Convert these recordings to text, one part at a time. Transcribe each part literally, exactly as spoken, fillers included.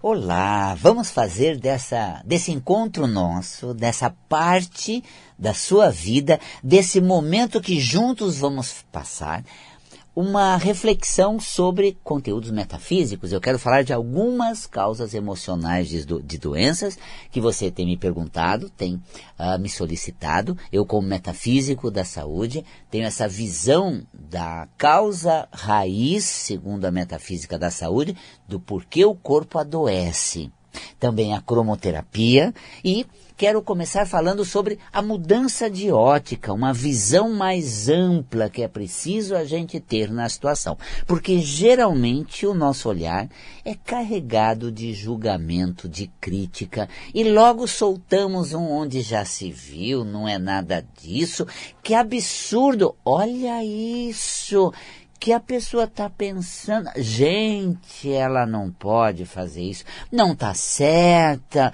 Olá, vamos fazer dessa, desse encontro nosso, dessa parte da sua vida, desse momento que juntos vamos passar, uma reflexão sobre conteúdos metafísicos. Eu quero falar de algumas causas emocionais de, do, de doenças que você tem me perguntado, tem uh, me solicitado. Eu, como metafísico da saúde, tenho essa visão da causa raiz, segundo a metafísica da saúde, do porquê o corpo adoece. Também a cromoterapia e quero começar falando sobre a mudança de ótica, uma visão mais ampla que é preciso a gente ter na situação. Porque geralmente o nosso olhar é carregado de julgamento, de crítica, e logo soltamos um onde já se viu, não é nada disso, que absurdo, olha isso, que a pessoa está pensando, gente, ela não pode fazer isso, não está certa,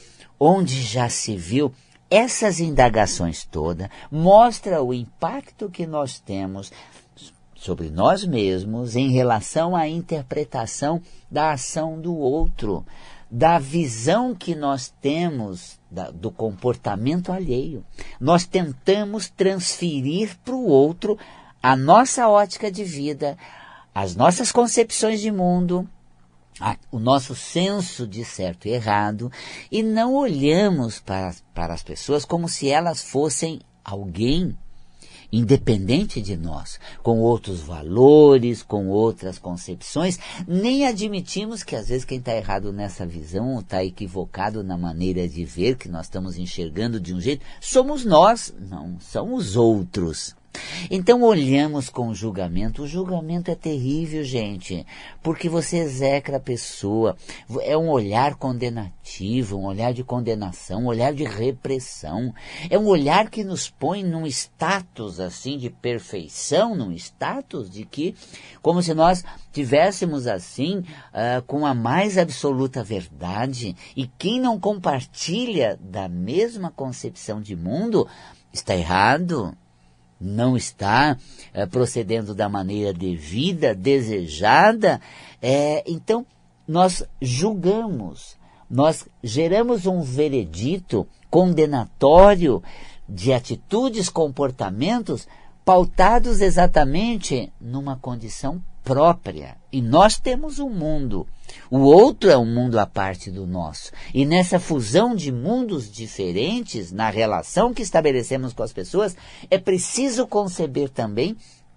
onde já se viu. Essas indagações todas mostram o impacto que nós temos sobre nós mesmos em relação à interpretação da ação do outro, da visão que nós temos da, do comportamento alheio. Nós tentamos transferir para o outro a nossa ótica de vida, as nossas concepções de mundo, a, o nosso senso de certo e errado, e não olhamos para, para as pessoas como se elas fossem alguém independente de nós, com outros valores, com outras concepções, nem admitimos que às vezes quem está errado nessa visão, está equivocado na maneira de ver, que nós estamos enxergando de um jeito, somos nós, não são os outros. Então olhamos com julgamento. O julgamento é terrível, gente, porque você execra a pessoa. É um olhar condenativo, um olhar de condenação, um olhar de repressão. É um olhar que nos põe num status assim de perfeição, num status de que, como se nós tivéssemos assim, uh, com a mais absoluta verdade, e quem não compartilha da mesma concepção de mundo está errado. Não está é, procedendo da maneira devida, desejada, é, então nós julgamos, nós geramos um veredito condenatório de atitudes, comportamentos pautados exatamente numa condição própria. E nós temos um mundo, o outro é um mundo à parte do nosso. E nessa fusão de mundos diferentes, na relação que estabelecemos com as pessoas, é preciso conceber também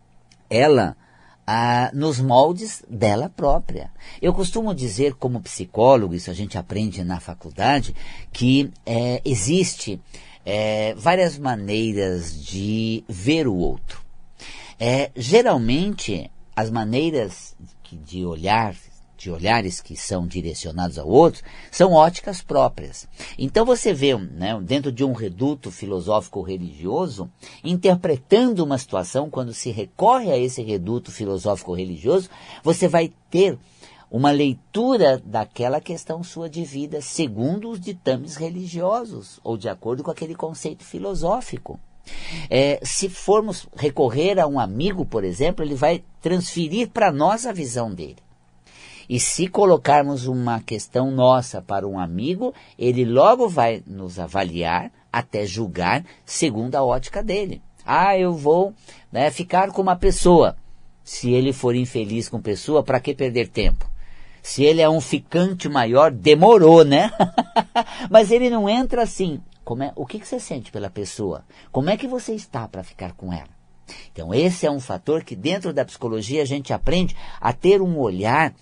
ela ah, nos moldes dela própria. Eu costumo dizer, como psicólogo, isso a gente aprende na faculdade, que é, existe é, várias maneiras de ver o outro. É, geralmente, as maneiras de olhar, de olhares que são direcionados ao outro, são óticas próprias. Então você vê, né, dentro de um reduto filosófico-religioso, interpretando uma situação, quando se recorre a esse reduto filosófico-religioso, você vai ter uma leitura daquela questão sua de vida segundo os ditames religiosos, ou de acordo com aquele conceito filosófico. É, se formos recorrer a um amigo, por exemplo, ele vai transferir para nós a visão dele. E se colocarmos uma questão nossa para um amigo, ele logo vai nos avaliar, até julgar, segundo a ótica dele. Ah, eu vou né, ficar com uma pessoa. Se ele for infeliz com pessoa, para que perder tempo? Se ele é um ficante maior, demorou, né? Mas ele não entra assim. Como é, o que, que você sente pela pessoa? Como é que você está para ficar com ela? Então esse é um fator que dentro da psicologia a gente aprende a ter um olhar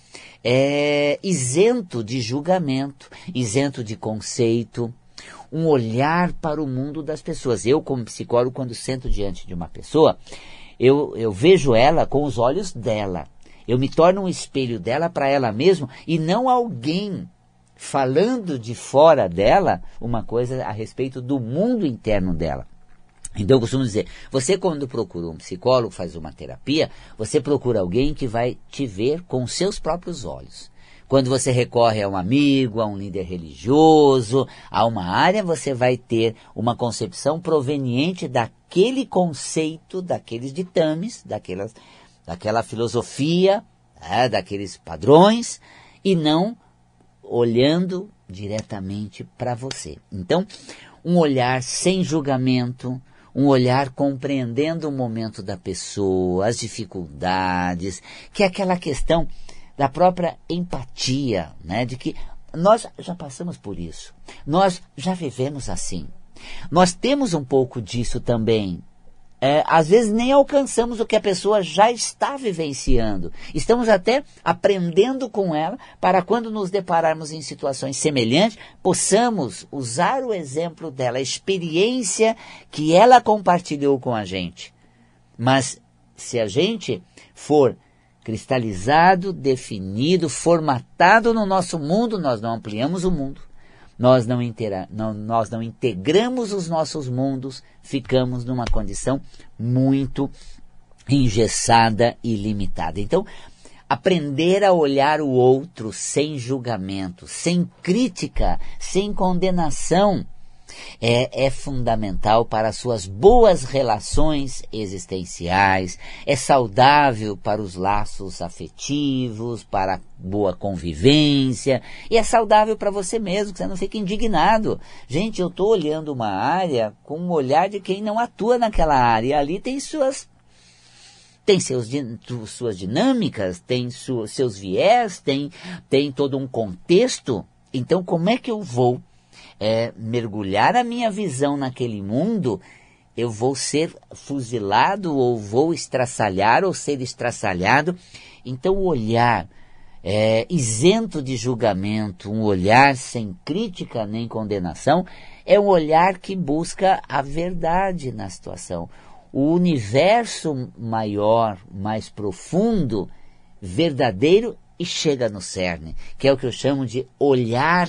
é, isento de julgamento, isento de conceito, um olhar para o mundo das pessoas. Eu, como psicólogo, quando sento diante de uma pessoa, eu, eu vejo ela com os olhos dela. Eu me torno um espelho dela para ela mesma e não alguém falando de fora dela uma coisa a respeito do mundo interno dela. Então eu costumo dizer, você quando procura um psicólogo, faz uma terapia, você procura alguém que vai te ver com os seus próprios olhos. Quando você recorre a um amigo, a um líder religioso, a uma área, você vai ter uma concepção proveniente daquele conceito, daqueles ditames, daquelas, daquela filosofia, é, daqueles padrões, e não olhando diretamente para você. Então, um olhar sem julgamento, um olhar compreendendo o momento da pessoa, as dificuldades, que é aquela questão da própria empatia, né? De que nós já passamos por isso, nós já vivemos assim, nós temos um pouco disso também. É, às vezes nem alcançamos o que a pessoa já está vivenciando. Estamos até aprendendo com ela para quando nos depararmos em situações semelhantes, possamos usar o exemplo dela, a experiência que ela compartilhou com a gente. Mas se a gente for cristalizado, definido, formatado no nosso mundo, nós não ampliamos o mundo. Nós não, intera- não, nós não integramos os nossos mundos, ficamos numa condição muito engessada e limitada. Então, aprender a olhar o outro sem julgamento, sem crítica, sem condenação, é, é fundamental para as suas boas relações existenciais, é saudável para os laços afetivos, para a boa convivência, e é saudável para você mesmo, que você não fique indignado. Gente, eu estou olhando uma área com um olhar de quem não atua naquela área, e ali tem suas tem seus, suas dinâmicas, tem su, seus viés, tem, tem todo um contexto. Então, como é que eu vou É, mergulhar a minha visão naquele mundo? Eu vou ser fuzilado ou vou estraçalhar ou ser estraçalhado? Então o olhar é, isento de julgamento, um olhar sem crítica nem condenação, é um olhar que busca a verdade na situação. O universo maior, mais profundo, verdadeiro, e chega no cerne, que é o que eu chamo de olhar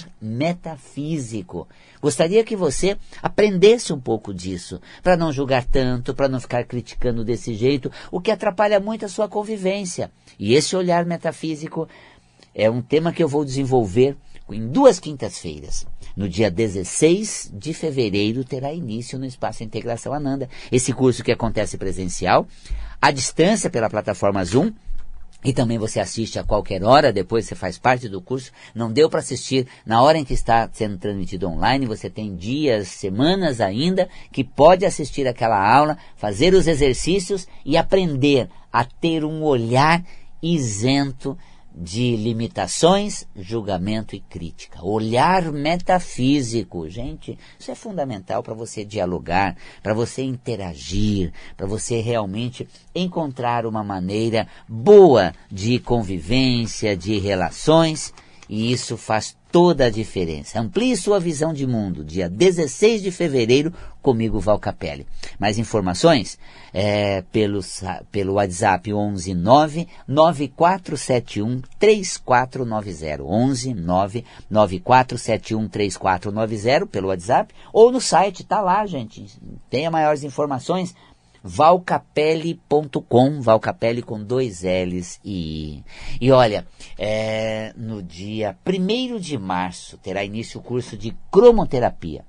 metafísico. Gostaria que você aprendesse um pouco disso, para não julgar tanto, para não ficar criticando desse jeito, o que atrapalha muito a sua convivência. E esse olhar metafísico é um tema que eu vou desenvolver em duas quintas-feiras. No dia dezesseis de fevereiro terá início no Espaço Integração Ananda. Esse curso que acontece presencial, à distância pela plataforma Zoom, e também você assiste a qualquer hora, depois você faz parte do curso. Não deu para assistir na hora em que está sendo transmitido online, você tem dias, semanas ainda, que pode assistir aquela aula, fazer os exercícios e aprender a ter um olhar isento de limitações, julgamento e crítica. Olhar metafísico, gente, isso é fundamental para você dialogar, para você interagir, para você realmente encontrar uma maneira boa de convivência, de relações, e isso faz toda a diferença. Amplie sua visão de mundo, dia dezesseis de fevereiro, comigo, Val Capelli. Mais informações é, pelo, pelo WhatsApp onze nove nove quatro sete um três quatro nove zero, onze nove nove quatro sete um três quatro nove zero pelo WhatsApp, ou no site, tá lá, gente, tenha maiores informações, valcapelli ponto com, Valcapelli com dois L's e I. E olha, é, no dia primeiro de março terá início o curso de cromoterapia.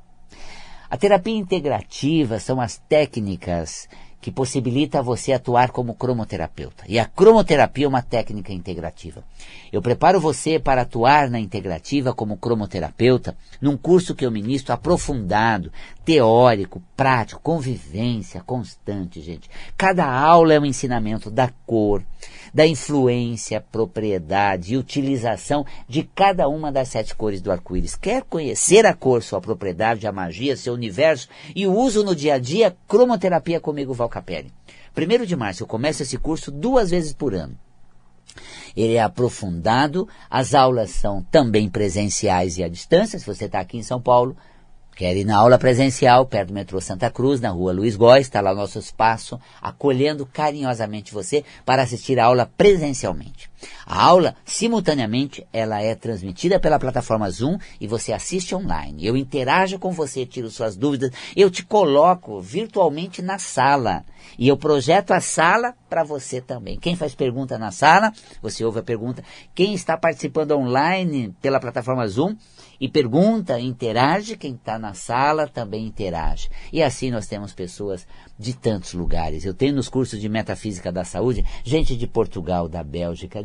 A terapia integrativa são as técnicas que possibilita você atuar como cromoterapeuta. E a cromoterapia é uma técnica integrativa. Eu preparo você para atuar na integrativa como cromoterapeuta num curso que eu ministro aprofundado, teórico, prático, convivência constante, gente. Cada aula é um ensinamento da cor, da influência, propriedade e utilização de cada uma das sete cores do arco-íris. Quer conhecer a cor, sua propriedade, a magia, seu universo e o uso no dia a dia? Cromoterapia comigo, Val Capelli. primeiro de março eu começo esse curso duas vezes por ano. Ele é aprofundado, as aulas são também presenciais e à distância. Se você está aqui em São Paulo, quer ir na aula presencial, perto do metrô Santa Cruz, na rua Luiz Góes, está lá o nosso espaço, acolhendo carinhosamente você para assistir a aula presencialmente. A aula, simultaneamente, ela é transmitida pela plataforma Zoom e você assiste online. Eu interajo com você, tiro suas dúvidas, eu te coloco virtualmente na sala. E eu projeto a sala para você também. Quem faz pergunta na sala, você ouve a pergunta. Quem está participando online pela plataforma Zoom e pergunta, interage, quem está na sala também interage. E assim nós temos pessoas de tantos lugares. Eu tenho nos cursos de Metafísica da Saúde, gente de Portugal, da Bélgica, de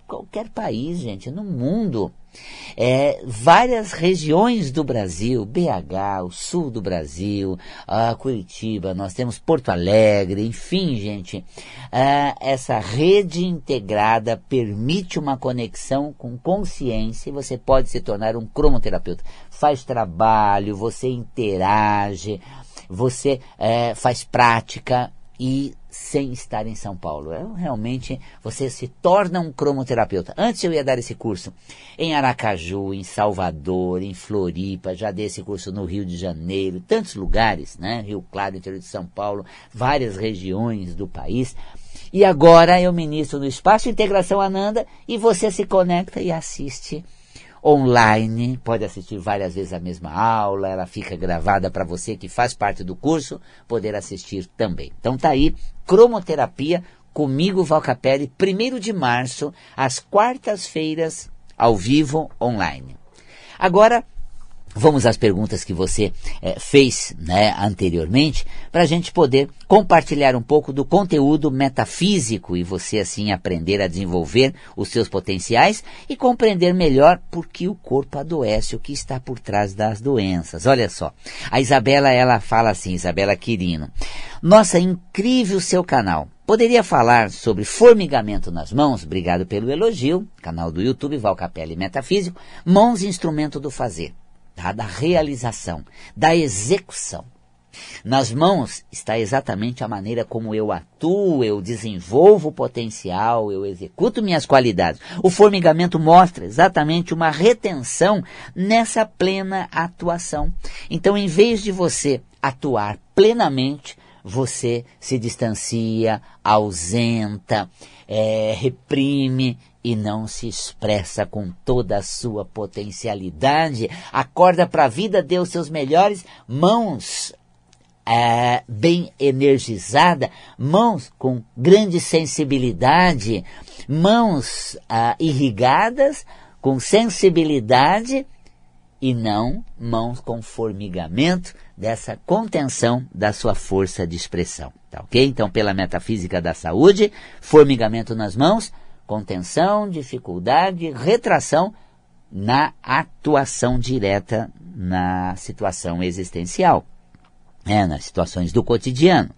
qualquer país, gente, no mundo. É, várias regiões do Brasil, B H, o sul do Brasil, uh, Curitiba, nós temos Porto Alegre, enfim, gente, uh, essa rede integrada permite uma conexão com consciência e você pode se tornar um cromoterapeuta. Faz trabalho, você interage, você uh, faz prática e sem estar em São Paulo. É, realmente você se torna um cromoterapeuta. Antes eu ia dar esse curso em Aracaju, em Salvador, em Floripa, já dei esse curso no Rio de Janeiro, tantos lugares, né? Rio Claro, interior de São Paulo, várias regiões do país. E agora eu ministro no Espaço Integração Ananda e você se conecta e assiste online, pode assistir várias vezes a mesma aula, ela fica gravada para você que faz parte do curso, poder assistir também. Então tá aí, cromoterapia, comigo, Val Capelli, primeiro de março, às quartas-feiras, ao vivo, online. Agora, vamos às perguntas que você eh, fez, né, anteriormente, para a gente poder compartilhar um pouco do conteúdo metafísico e você assim aprender a desenvolver os seus potenciais e compreender melhor por que o corpo adoece, o que está por trás das doenças. Olha só, a Isabela, ela fala assim, Isabela Quirino, nossa, incrível seu canal. Poderia falar sobre formigamento nas mãos? Obrigado pelo elogio, canal do YouTube, Val Capelli Metafísico, mãos instrumento do fazer. Tá? Da realização, da execução. Nas mãos está exatamente a maneira como eu atuo, eu desenvolvo o potencial, eu executo minhas qualidades. O formigamento mostra exatamente uma retenção nessa plena atuação. Então, em vez de você atuar plenamente, você se distancia, ausenta, é, reprime e não se expressa com toda a sua potencialidade. Acorda para a vida, dê os seus melhores, mãos é, bem energizadas, mãos com grande sensibilidade, mãos é, irrigadas, com sensibilidade, e não mãos com formigamento dessa contenção da sua força de expressão. Tá ok? Então, pela metafísica da saúde, formigamento nas mãos, contenção, dificuldade, retração na atuação direta na situação existencial, é, nas situações do cotidiano.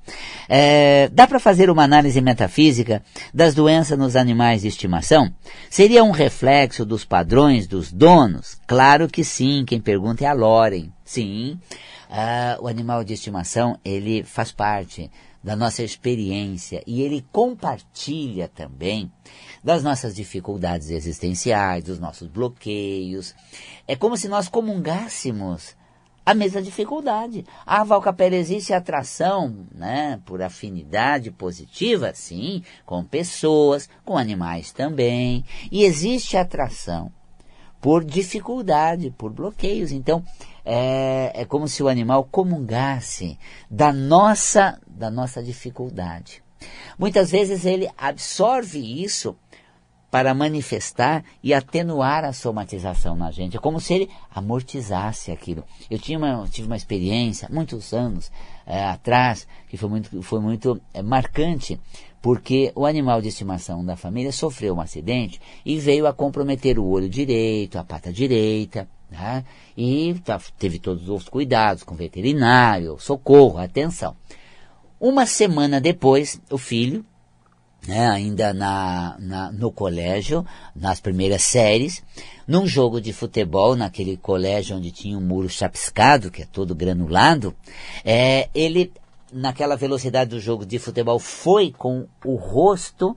É, dá para fazer uma análise metafísica das doenças nos animais de estimação? Seria um reflexo dos padrões dos donos? Claro que sim, quem pergunta é a Loren. Sim, uh, o animal de estimação, ele faz parte da nossa experiência e ele compartilha também das nossas dificuldades existenciais, dos nossos bloqueios. É como se nós comungássemos a mesma dificuldade. Ah, Val Capelli, existe atração, né, por afinidade positiva? Sim, com pessoas, com animais também. E existe atração por dificuldade, por bloqueios. Então, é, é como se o animal comungasse da nossa, da nossa dificuldade. Muitas vezes ele absorve isso para manifestar e atenuar a somatização na gente. É como se ele amortizasse aquilo. Eu tinha uma, tive uma experiência, muitos anos é, atrás, que foi muito, foi muito é, marcante, porque o animal de estimação da família sofreu um acidente e veio a comprometer o olho direito, a pata direita, né? E tá, teve todos os cuidados com veterinário, socorro, atenção. Uma semana depois, o filho, né, ainda na, na, no colégio, nas primeiras séries, num jogo de futebol, naquele colégio onde tinha um muro chapiscado, que é todo granulado, é, ele, naquela velocidade do jogo de futebol, foi com o rosto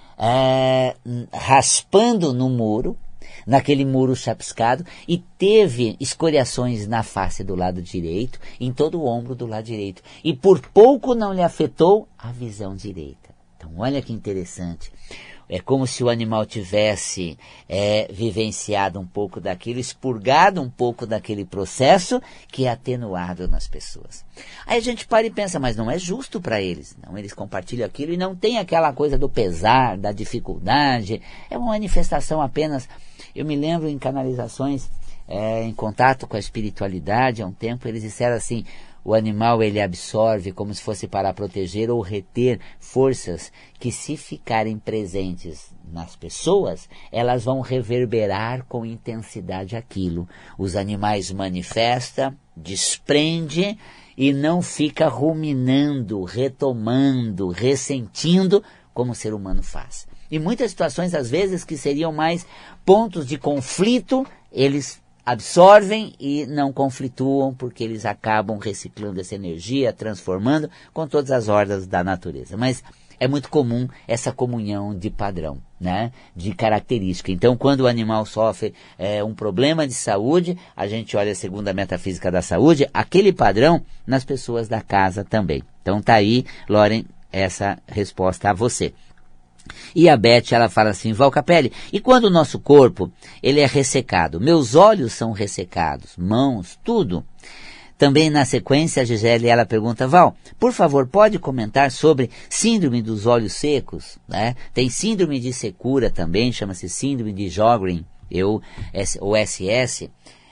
é, raspando no muro, naquele muro chapiscado, e teve escoriações na face do lado direito, em todo o ombro do lado direito, e por pouco não lhe afetou a visão direita. Então, olha que interessante. É como se o animal tivesse é, vivenciado um pouco daquilo, expurgado um pouco daquele processo que é atenuado nas pessoas. Aí a gente para e pensa, mas não é justo para eles. Não, eles compartilham aquilo e não tem aquela coisa do pesar, da dificuldade. É uma manifestação apenas. Eu me lembro em canalizações, é, em contato com a espiritualidade há um tempo, eles disseram assim, o animal ele absorve como se fosse para proteger ou reter forças que, se ficarem presentes nas pessoas, elas vão reverberar com intensidade aquilo. Os animais manifestam, desprende e não fica ruminando, retomando, ressentindo como o ser humano faz. E muitas situações, às vezes, que seriam mais pontos de conflito, eles absorvem e não conflituam, porque eles acabam reciclando essa energia, transformando com todas as ordens da natureza. Mas é muito comum essa comunhão de padrão, né? De característica. Então, quando o animal sofre é, um problema de saúde, a gente olha segundo a metafísica da saúde, aquele padrão nas pessoas da casa também. Então tá aí, Loren, essa resposta a você. E a Beth, ela fala assim, Val Capelli, e quando o nosso corpo ele é ressecado? Meus olhos são ressecados, mãos, tudo. Também na sequência, a Gisele, ela pergunta, Val, por favor, pode comentar sobre síndrome dos olhos secos? Né? Tem síndrome de secura também, chama-se síndrome de Sjögren, eu, o S S.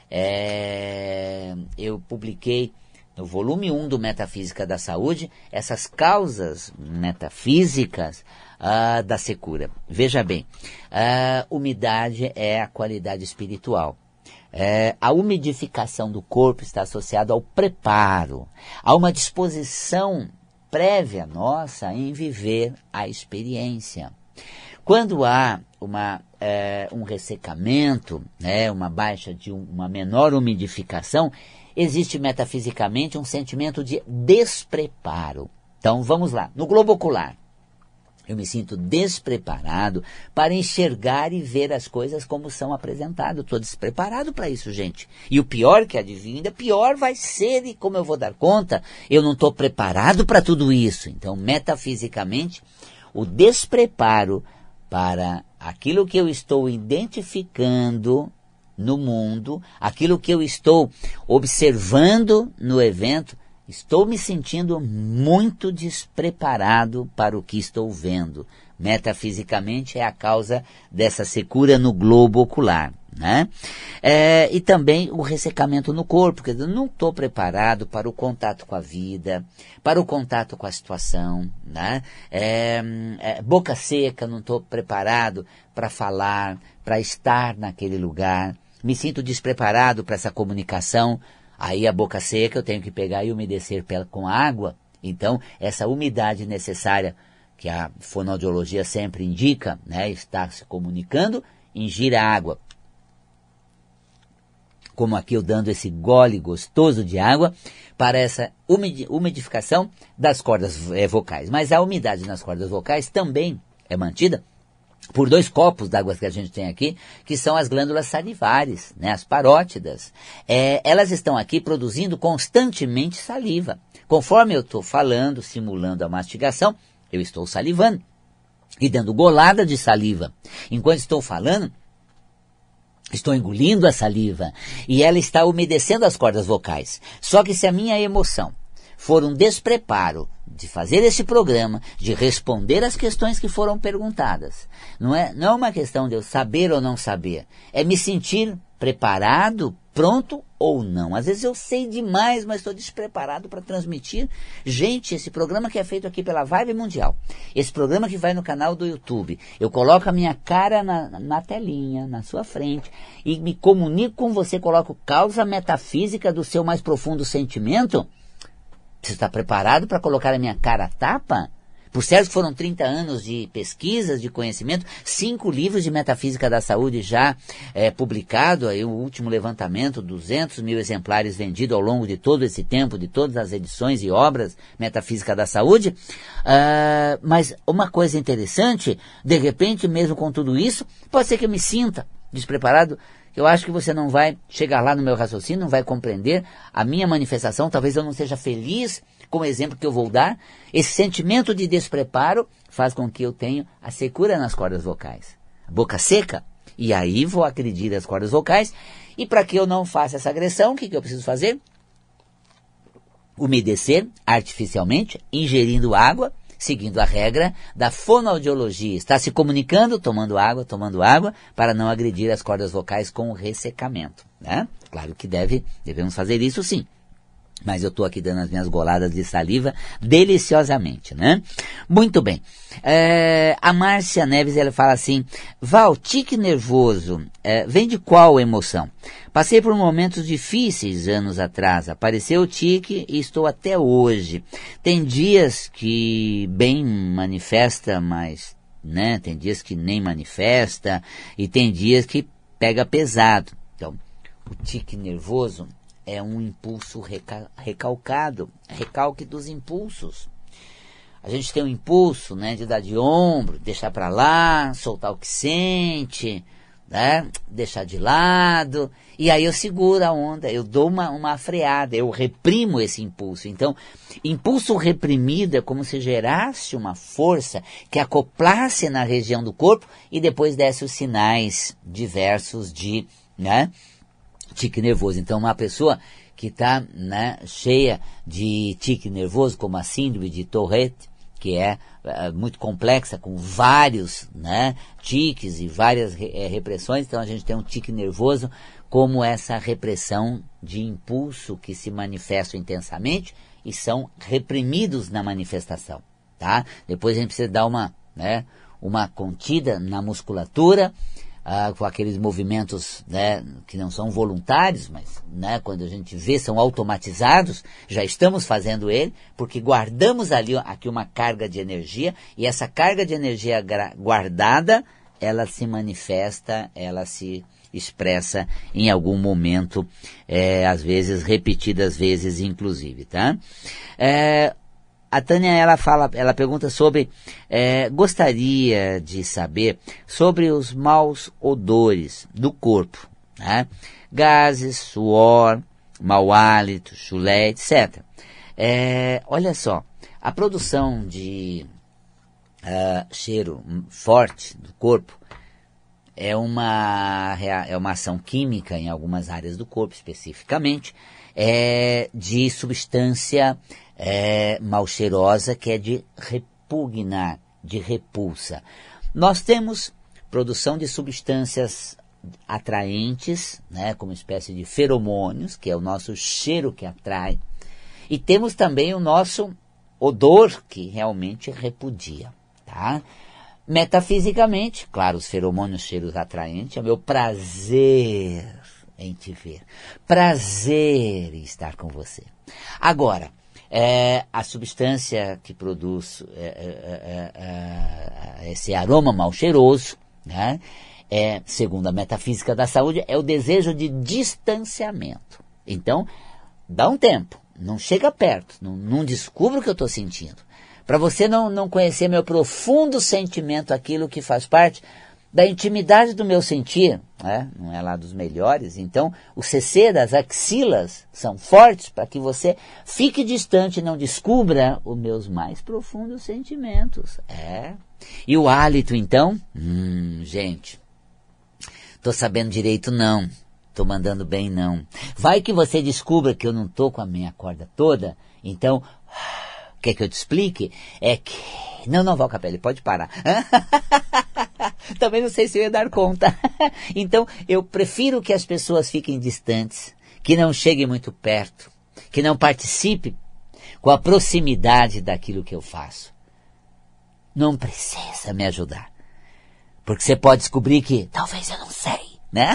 É, eu publiquei no volume um do Metafísica da Saúde essas causas metafísicas Uh, da secura. Veja bem, a uh, umidade é a qualidade espiritual. Uh, a umidificação do corpo está associada ao preparo, a uma disposição prévia nossa em viver a experiência. Quando há uma, uh, um ressecamento, né, uma baixa de um, uma menor umidificação, existe metafisicamente um sentimento de despreparo. Então vamos lá, no globo ocular. Eu me sinto despreparado para enxergar e ver as coisas como são apresentadas. Estou despreparado para isso, gente. E o pior que adivinha, pior vai ser, e como eu vou dar conta, eu não estou preparado para tudo isso. Então, metafisicamente, o despreparo para aquilo que eu estou identificando no mundo, aquilo que eu estou observando no evento, estou me sentindo muito despreparado para o que estou vendo. Metafisicamente é a causa dessa secura no globo ocular, né? É, e também o ressecamento no corpo, quer dizer, eu não estou preparado para o contato com a vida, para o contato com a situação, né? É, é, boca seca, não estou preparado para falar, para estar naquele lugar. Me sinto despreparado para essa comunicação. Aí a boca seca eu tenho que pegar e umedecer com água. Então, essa umidade necessária que a fonoaudiologia sempre indica, né, estar se comunicando, ingira água. Como aqui eu dando esse gole gostoso de água para essa umidificação das cordas é, vocais. Mas a umidade nas cordas vocais também é mantida por dois copos d'água que a gente tem aqui, que são as glândulas salivares, né, as parótidas. É, elas estão aqui produzindo constantemente saliva. Conforme eu estou falando, simulando a mastigação, eu estou salivando e dando golada de saliva. Enquanto estou falando, estou engolindo a saliva e ela está umedecendo as cordas vocais. Só que se a minha emoção for um despreparo de fazer esse programa, de responder as questões que foram perguntadas. Não é, não é uma questão de eu saber ou não saber. É me sentir preparado, pronto ou não. Às vezes eu sei demais, mas estou despreparado para transmitir. Gente, esse programa que é feito aqui pela Vibe Mundial, esse programa que vai no canal do YouTube, eu coloco a minha cara na, na telinha, na sua frente, e me comunico com você, coloco causa metafísica do seu mais profundo sentimento. Você está preparado para colocar a minha cara a tapa? Por certo que foram trinta anos de pesquisas, de conhecimento, cinco livros de metafísica da saúde já é, publicado, aí o último levantamento, duzentos mil exemplares vendidos ao longo de todo esse tempo, de todas as edições e obras metafísica da saúde. Uh, mas uma coisa interessante, de repente, mesmo com tudo isso, pode ser que eu me sinta despreparado. Eu acho que você não vai chegar lá no meu raciocínio, não vai compreender a minha manifestação, talvez eu não seja feliz com o exemplo que eu vou dar. Esse sentimento de despreparo faz com que eu tenha a secura nas cordas vocais, a boca seca, e aí vou agredir as cordas vocais, e para que eu não faça essa agressão, o que, que eu preciso fazer? Umedecer artificialmente, ingerindo água, seguindo a regra da fonoaudiologia. Está se comunicando, tomando água, tomando água, para não agredir as cordas vocais com o ressecamento, né? Claro que deve, devemos fazer isso sim. Mas eu estou aqui dando as minhas goladas de saliva deliciosamente, né? Muito bem. É, a Márcia Neves, ela fala assim: Val, tique nervoso, é, vem de qual emoção? Passei por momentos difíceis anos atrás, apareceu o tique e estou até hoje. Tem dias que bem manifesta, mas, né? Tem dias que nem manifesta e tem dias que pega pesado. Então, o tique nervoso é um impulso reca- recalcado, recalque dos impulsos. A gente tem um impulso, né, de dar de ombro, deixar para lá, soltar o que sente, né, deixar de lado, e aí eu seguro a onda, eu dou uma, uma freada, eu reprimo esse impulso. Então, impulso reprimido é como se gerasse uma força que acoplasse na região do corpo e depois desse os sinais diversos de, né, tique nervoso. Então, uma pessoa que está, né, cheia de tique nervoso, como a síndrome de Tourette, que é, é muito complexa, com vários, né, tiques e várias re, é, repressões. Então, a gente tem um tique nervoso como essa repressão de impulso que se manifesta intensamente e são reprimidos na manifestação, tá? Depois a gente precisa dar uma, né, uma contida na musculatura, Ah, com aqueles movimentos, né, que não são voluntários, mas, né, quando a gente vê, são automatizados, já estamos fazendo ele, porque guardamos ali aqui uma carga de energia, e essa carga de energia guardada, ela se manifesta, ela se expressa em algum momento, é, às vezes, repetidas vezes, inclusive, tá? É, A Tânia, ela fala, ela pergunta sobre, é, gostaria de saber sobre os maus odores do corpo, né? Gases, suor, mau hálito, chulé, etcétera. É, olha só, a produção de uh, cheiro forte do corpo é uma, é uma ação química em algumas áreas do corpo, especificamente, é, de substância É, mal cheirosa, que é de repugnar, de repulsa. Nós temos produção de substâncias atraentes, né, como espécie de feromônios, que é o nosso cheiro que atrai, e temos também o nosso odor, que realmente repudia, tá? Metafisicamente, claro, os feromônios, cheiros atraentes, é o meu prazer em te ver, prazer em estar com você. Agora, É, a substância que produz é, é, é, é, esse aroma mal cheiroso, né, é, segundo a metafísica da saúde, é o desejo de distanciamento. Então, dá um tempo, não chega perto, não, não descubra o que eu estou sentindo. Para você não, não conhecer meu profundo sentimento, aquilo que faz parte da intimidade do meu sentir, né? Não é lá dos melhores. Então, o C C das axilas são fortes para que você fique distante e não descubra os meus mais profundos sentimentos. É. E o hálito, então? Hum, gente, tô sabendo direito não, tô mandando bem não. Vai que você descubra que eu não tô com a minha corda toda, então, quer que eu te explique? É que... Não, não, Val Capelli, pode parar. Também não sei se eu ia dar conta. Então, eu prefiro que as pessoas fiquem distantes, que não cheguem muito perto, que não participem com a proximidade daquilo que eu faço. Não precisa me ajudar, porque você pode descobrir que talvez eu não sei, né?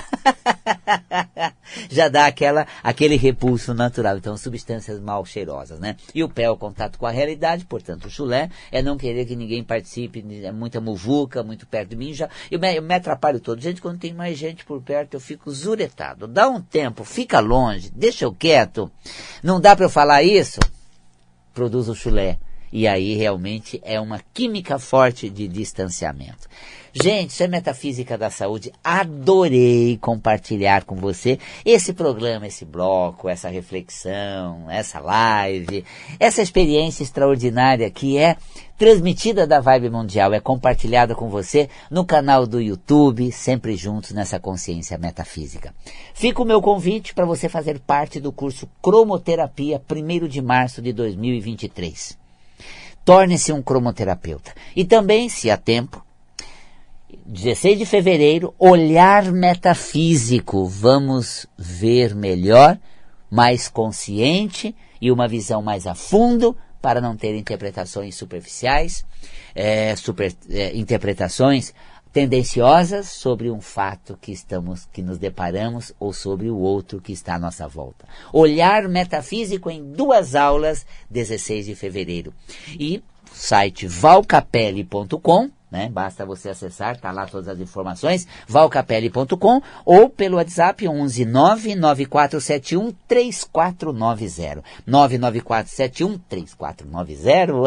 Já dá aquela, aquele repulso natural. Então, substâncias mal cheirosas, né? E o pé é o contato com a realidade, portanto, o chulé é não querer que ninguém participe, é muita muvuca, muito perto de mim, já, eu me, eu me atrapalho todo. Gente, quando tem mais gente por perto, eu fico zuretado. Dá um tempo, fica longe, deixa eu quieto. Não dá para eu falar isso? Produz o chulé. E aí, realmente, é uma química forte de distanciamento. Gente, isso é Metafísica da Saúde. Adorei compartilhar com você esse programa, esse bloco, essa reflexão, essa live, essa experiência extraordinária que é transmitida da Vibe Mundial, é compartilhada com você no canal do YouTube, sempre juntos nessa consciência metafísica. Fica o meu convite para você fazer parte do curso Cromoterapia, primeiro de março de dois mil e vinte e três. Torne-se um cromoterapeuta. E também, se há tempo, dezesseis de fevereiro, olhar metafísico. Vamos ver melhor, mais consciente e uma visão mais a fundo, para não ter interpretações superficiais, é, super, é, interpretações tendenciosas sobre um fato que estamos, que nos deparamos, ou sobre o outro que está à nossa volta. Olhar metafísico em duas aulas, dezesseis de fevereiro. E site valcapelli ponto com, né? Basta você acessar, tá lá todas as informações, valcapelli ponto com, ou pelo WhatsApp onze nove nove quatro sete um três quatro nove zero. nove nove quatro sete um três quatro nove zero.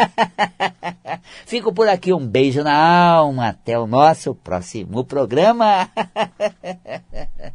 Fico por aqui, um beijo na alma, até o nosso próximo programa.